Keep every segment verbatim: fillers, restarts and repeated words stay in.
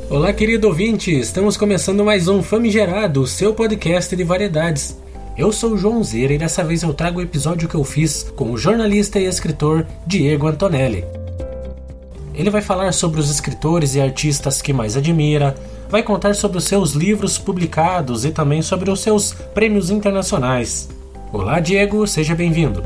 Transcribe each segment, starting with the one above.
Olá, querido ouvinte! Estamos começando mais um Famigerado, o seu podcast de variedades. Eu sou o João Zera e dessa vez eu trago o episódio que eu fiz com o jornalista e escritor Diego Antonelli. Ele vai falar sobre os escritores e artistas que mais admira, vai contar sobre os seus livros publicados e também sobre os seus prêmios internacionais. Olá, Diego, seja bem-vindo!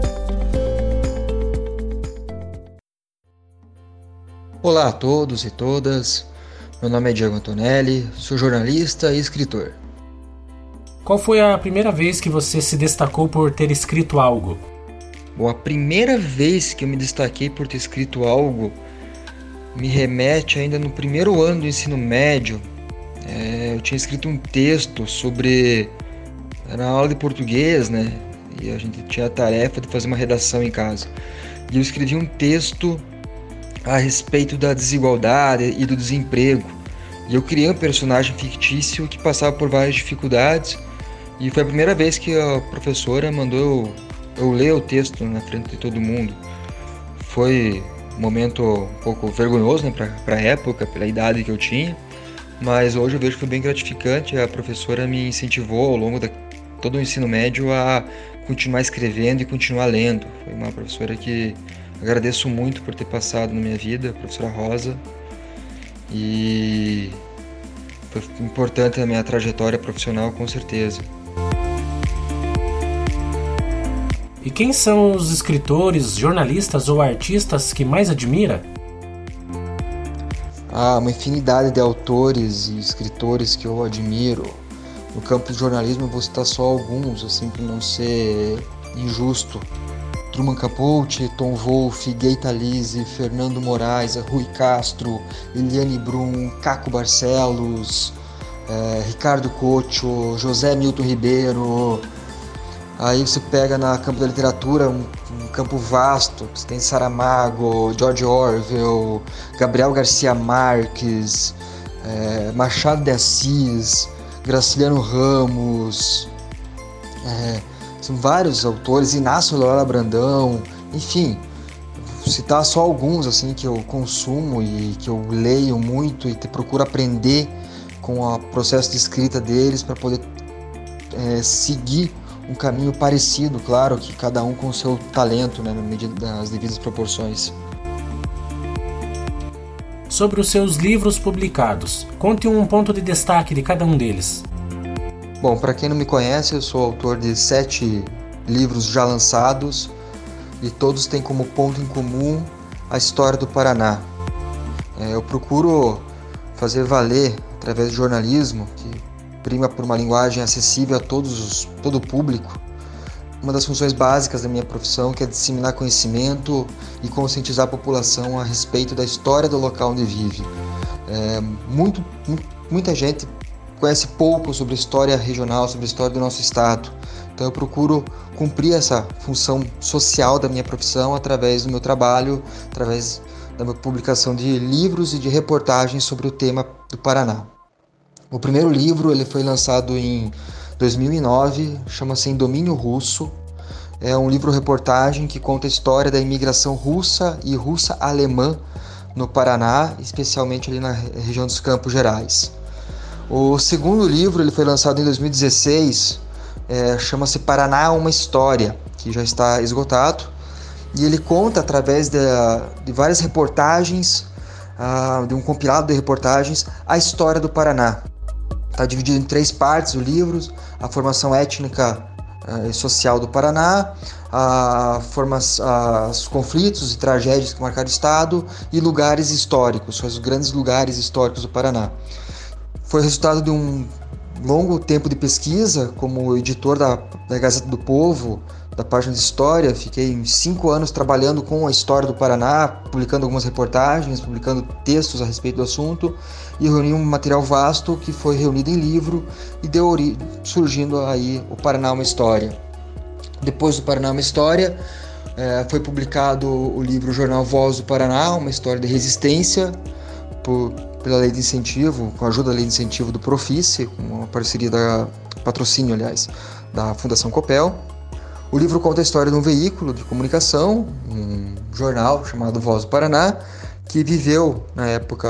Olá a todos e todas, meu nome é Diego Antonelli, sou jornalista e escritor. Qual foi a primeira vez que você se destacou por ter escrito algo? Bom, a primeira vez que eu me destaquei por ter escrito algo me remete ainda no primeiro ano do ensino médio. É, eu tinha escrito um texto sobre... Era uma aula de português, né? E a gente tinha a tarefa de fazer uma redação em casa. E eu escrevi um texto a respeito da desigualdade e do desemprego. E eu criei um personagem fictício que passava por várias dificuldades. E foi a primeira vez que a professora mandou eu, eu ler o texto na frente de todo mundo. Foi um momento um pouco vergonhoso, né, para a época, pela idade que eu tinha. Mas hoje eu vejo que foi bem gratificante. A professora me incentivou ao longo de todo o ensino médio a continuar escrevendo e continuar lendo. Foi uma professora que agradeço muito por ter passado na minha vida, a professora Rosa, e foi importante na minha trajetória profissional, com certeza. E quem são os escritores, jornalistas ou artistas que mais admira? Há uma infinidade de autores e escritores que eu admiro. No campo do jornalismo eu vou citar só alguns, assim, para não ser injusto. Truman Capote, Tom Wolfe, Gay Talese, Fernando Moraes, Rui Castro, Eliane Brum, Caco Barcelos, é, Ricardo Cocho, José Milton Ribeiro. Aí você pega na campo da literatura um, um campo vasto, você tem Saramago, George Orwell, Gabriel Garcia Marques, é, Machado de Assis, Graciliano Ramos, é, são vários autores, Inácio Lula Brandão, enfim, vou citar só alguns assim que eu consumo e que eu leio muito e te procuro aprender com o processo de escrita deles para poder é, seguir um caminho parecido, claro, que cada um com o seu talento, né, na medida das devidas proporções. Sobre os seus livros publicados, conte um ponto de destaque de cada um deles. Bom, para quem não me conhece, eu sou autor de sete livros já lançados e todos têm como ponto em comum a história do Paraná. É, eu procuro fazer valer, através do jornalismo, que prima por uma linguagem acessível a todos os, todo o público, uma das funções básicas da minha profissão, que é disseminar conhecimento e conscientizar a população a respeito da história do local onde vive. É, muito, muita gente conhece pouco sobre a história regional, sobre a história do nosso estado. Então eu procuro cumprir essa função social da minha profissão através do meu trabalho, através da minha publicação de livros e de reportagens sobre o tema do Paraná. O primeiro livro ele foi lançado em dois mil e nove, chama-se Em Domínio Russo. É um livro-reportagem que conta a história da imigração russa e russa-alemã no Paraná, especialmente ali na região dos Campos Gerais. O segundo livro ele foi lançado em dois mil e dezesseis, é, chama-se Paraná, uma História, que já está esgotado, e ele conta através de, de várias reportagens, uh, de um compilado de reportagens, a história do Paraná. Está dividido em três partes o livro: a formação étnica uh, e social do Paraná, a forma, uh, os conflitos e tragédias que marcaram o estado e lugares históricos, os grandes lugares históricos do Paraná. Foi resultado de um longo tempo de pesquisa como editor da, da Gazeta do Povo, da página de história. Fiquei cinco anos trabalhando com a história do Paraná, publicando algumas reportagens, publicando textos a respeito do assunto, e reuni um material vasto que foi reunido em livro e deu ori- surgindo aí o Paraná, uma História. Depois do Paraná, uma História, é, foi publicado o livro Jornal Voz do Paraná, uma história de resistência, por pela lei de incentivo, com a ajuda da lei de incentivo do Profice, com uma parceria da patrocínio, aliás, da Fundação Copel. O livro conta a história de um veículo de comunicação, um jornal chamado Voz do Paraná, que viveu na época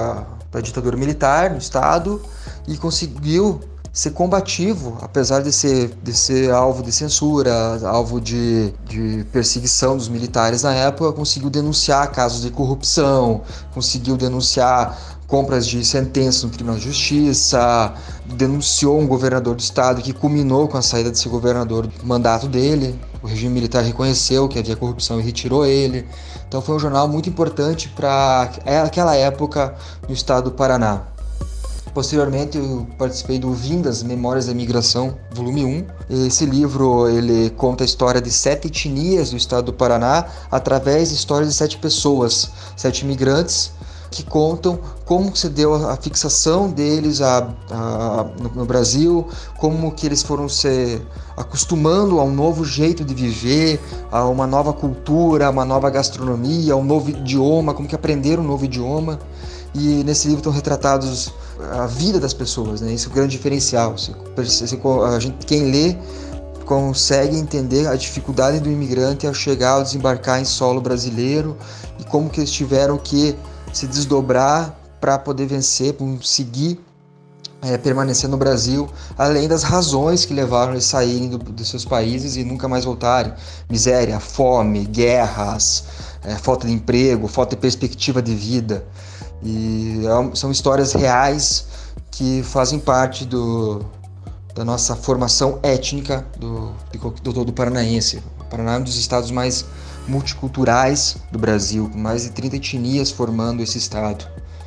da ditadura militar no Estado e conseguiu ser combativo, apesar de ser, de ser alvo de censura, alvo de, de perseguição dos militares na época, conseguiu denunciar casos de corrupção, conseguiu denunciar compras de sentenças no Tribunal de Justiça, denunciou um governador do estado que culminou com a saída desse governador do mandato dele. O regime militar reconheceu que havia corrupção e retirou ele. Então foi um jornal muito importante para aquela época no estado do Paraná. Posteriormente eu participei do Vindas, Memórias da Imigração, volume um. Esse livro ele conta a história de sete etnias do estado do Paraná através de histórias de sete pessoas, sete imigrantes, que contam como se deu a fixação deles a, a, no, no Brasil, como que eles foram se acostumando a um novo jeito de viver, a uma nova cultura, a uma nova gastronomia, a um novo idioma, como que aprenderam um novo idioma. E nesse livro estão retratados a vida das pessoas, né? Esse é o grande diferencial. A gente, quem lê consegue entender a dificuldade do imigrante ao chegar, ao desembarcar em solo brasileiro e como que eles tiveram que se desdobrar para poder vencer, conseguir é, permanecer no Brasil, além das razões que levaram eles a saírem do, dos seus países e nunca mais voltarem. Miséria, fome, guerras, é, falta de emprego, falta de perspectiva de vida. E é, são histórias reais que fazem parte do, da nossa formação étnica do, do todo paranaense. O Paraná é um dos estados mais multiculturais do Brasil, com mais de trinta etnias formando esse estado.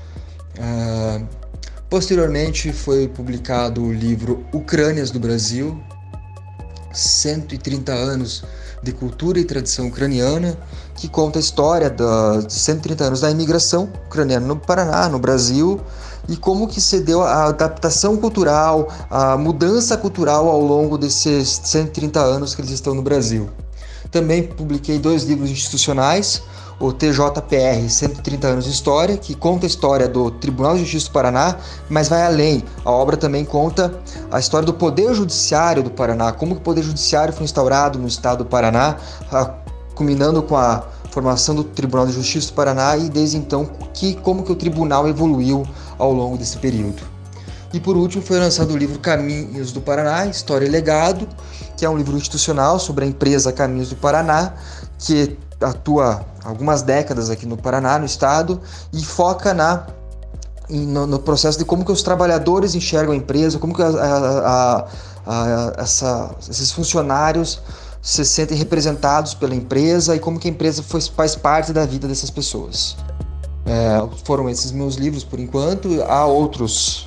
Uh, posteriormente foi publicado o livro Ucrânias do Brasil, cento e trinta anos de cultura e tradição ucraniana, que conta a história dos cento e trinta anos da imigração ucraniana no Paraná, no Brasil, e como que se deu a adaptação cultural, a mudança cultural ao longo desses cento e trinta anos que eles estão no Brasil. Também publiquei dois livros institucionais, o T J P R, cento e trinta anos de História, que conta a história do Tribunal de Justiça do Paraná, mas vai além. A obra também conta a história do Poder Judiciário do Paraná, como que o Poder Judiciário foi instaurado no estado do Paraná, culminando com a formação do Tribunal de Justiça do Paraná e desde então que, como que o tribunal evoluiu ao longo desse período. E por último foi lançado o livro Caminhos do Paraná, História e Legado, que é um livro institucional sobre a empresa Caminhos do Paraná, que atua há algumas décadas aqui no Paraná, no estado, e foca na, no, no processo de como que os trabalhadores enxergam a empresa, como que a, a, a, a, essa, esses funcionários se sentem representados pela empresa e como que a empresa foi, faz parte da vida dessas pessoas. É, foram esses meus livros por enquanto, há outros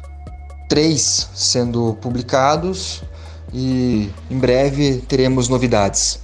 três sendo publicados e em breve teremos novidades.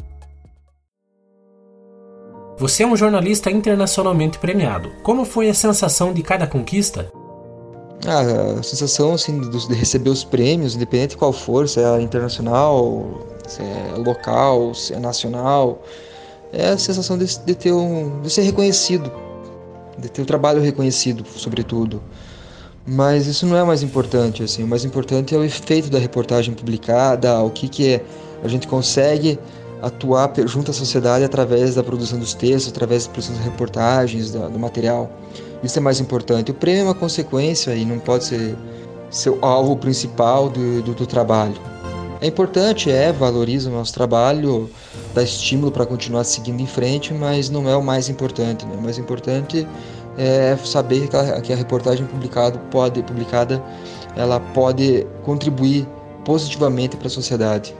Você é um jornalista internacionalmente premiado. Como foi a sensação de cada conquista? Ah, a sensação assim, de receber os prêmios, independente de qual for, se é internacional, se é local, se é nacional, é a sensação de, de, ter um, de ser reconhecido, de ter o trabalho reconhecido, sobretudo. Mas isso não é o mais importante, assim. O mais importante é o efeito da reportagem publicada, o que, que é, a gente consegue atuar junto à sociedade através da produção dos textos, através da produção das reportagens, do, do material. Isso é mais importante. O prêmio é uma consequência e não pode ser, ser o alvo principal do, do, do trabalho. É importante, é, valoriza o nosso trabalho, dá estímulo para continuar seguindo em frente, mas não é o mais importante, né? O mais importante é saber que a, que a reportagem publicado pode, publicada ela pode contribuir positivamente para a sociedade.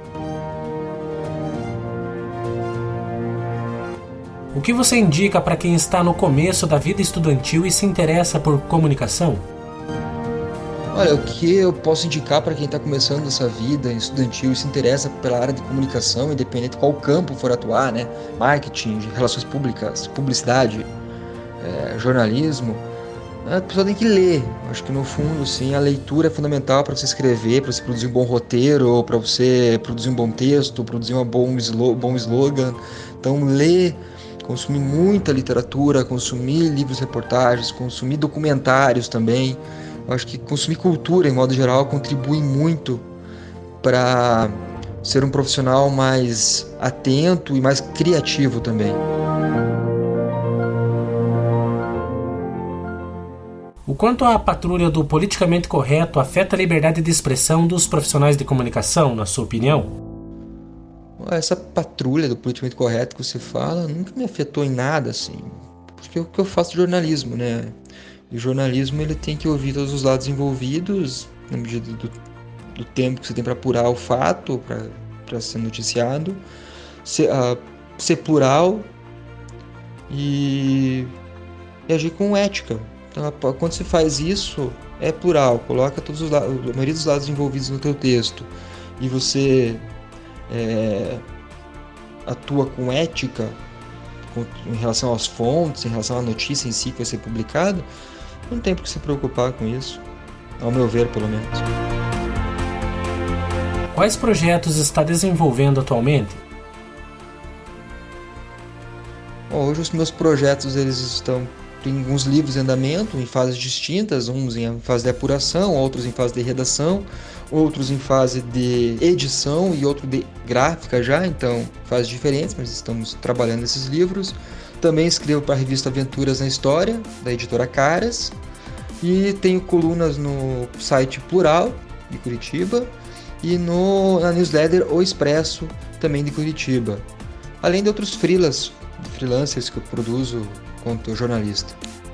O que você indica para quem está no começo da vida estudantil e se interessa por comunicação? Olha, o que eu posso indicar para quem está começando essa vida estudantil e se interessa pela área de comunicação, independente de qual campo for atuar, né? Marketing, relações públicas, publicidade, é, jornalismo, a pessoa tem que ler. Acho que no fundo, sim, a leitura é fundamental para você escrever, para você produzir um bom roteiro, para você produzir um bom texto, produzir um bom, slo- bom slogan. Então, ler, consumir muita literatura, consumir livros, reportagens, consumir documentários também. Eu acho que consumir cultura, em modo geral, contribui muito para ser um profissional mais atento e mais criativo também. O quanto a patrulha do politicamente correto afeta a liberdade de expressão dos profissionais de comunicação, na sua opinião? Essa patrulha do politicamente correto que você fala nunca me afetou em nada, assim, porque é o que eu faço jornalismo, né? E o jornalismo ele tem que ouvir todos os lados envolvidos, na medida do, do tempo que você tem para apurar o fato, para ser noticiado, ser, uh, ser plural e, e agir com ética. Então, quando você faz isso, é plural, coloca todos os lados, a maioria dos lados envolvidos no teu texto, e você é, atua com ética com, em relação às fontes, em relação à notícia em si que vai ser publicada, não tem por que se preocupar com isso, ao meu ver, pelo menos. Quais projetos está desenvolvendo atualmente? Bom, hoje os meus projetos eles estão tem alguns livros em andamento, em fases distintas, uns em fase de apuração, outros em fase de redação, outros em fase de edição e outro de gráfica já, então fases diferentes, mas estamos trabalhando nesses livros. Também escrevo para a revista Aventuras na História, da editora Caras, e tenho colunas no site Plural, de Curitiba, e no, na newsletter O Expresso, também de Curitiba, além de outros freelas, freelancers que eu produzo quanto jornalista.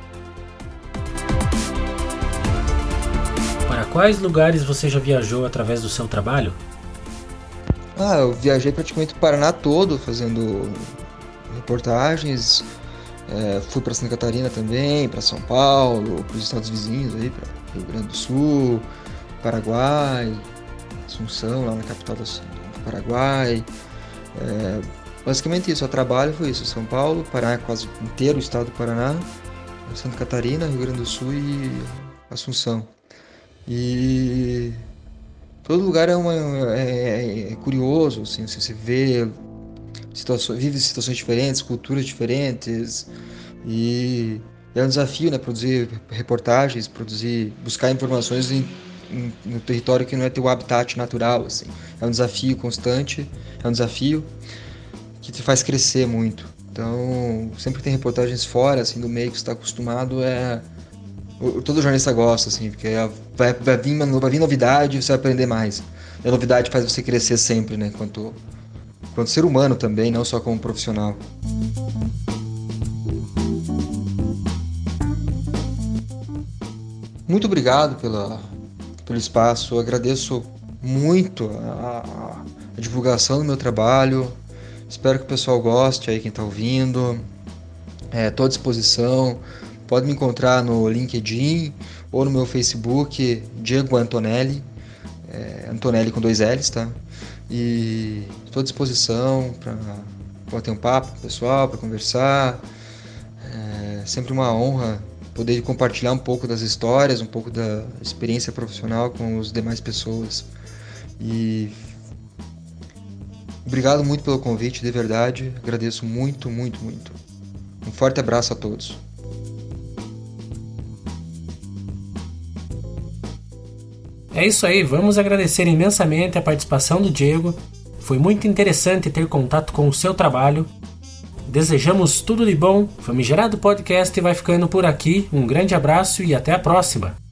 Para quais lugares você já viajou através do seu trabalho? Ah, eu viajei praticamente o Paraná todo fazendo reportagens. É, fui para Santa Catarina também, para São Paulo, para os estados vizinhos aí, para Rio Grande do Sul, Paraguai, Assunção, lá na capital do Paraguai. É, Basicamente isso, o trabalho foi isso, São Paulo, Paraná, quase inteiro o estado do Paraná, Santa Catarina, Rio Grande do Sul e Assunção. E todo lugar é, uma, é, é curioso, assim, você vê situações, vive situações diferentes, culturas diferentes, e é um desafio, né, produzir reportagens, produzir, buscar informações em, em, no território que não é teu habitat natural, assim. É um desafio constante, é um desafio que te faz crescer muito. Então, sempre que tem reportagens fora, assim, do meio que você está acostumado, é... todo jornalista gosta, assim, porque vai, vai, vir, vai vir novidade e você vai aprender mais. E a novidade faz você crescer sempre, né, quanto, quanto ser humano também, não só como profissional. Muito obrigado pela, pelo espaço, eu agradeço muito a, a divulgação do meu trabalho. Espero que o pessoal goste aí, quem está ouvindo. Estou é, à disposição. Pode me encontrar no LinkedIn ou no meu Facebook, Diego Antonelli. É, Antonelli com dois L's, tá? E estou à disposição para bater um papo com o pessoal, para conversar. É sempre uma honra poder compartilhar um pouco das histórias, um pouco da experiência profissional com as demais pessoas. E obrigado muito pelo convite, de verdade. Agradeço muito, muito, muito. Um forte abraço a todos. É isso aí, vamos agradecer imensamente a participação do Diego. Foi muito interessante ter contato com o seu trabalho. Desejamos tudo de bom. Famigerado Podcast vai ficando por aqui. Um grande abraço e até a próxima.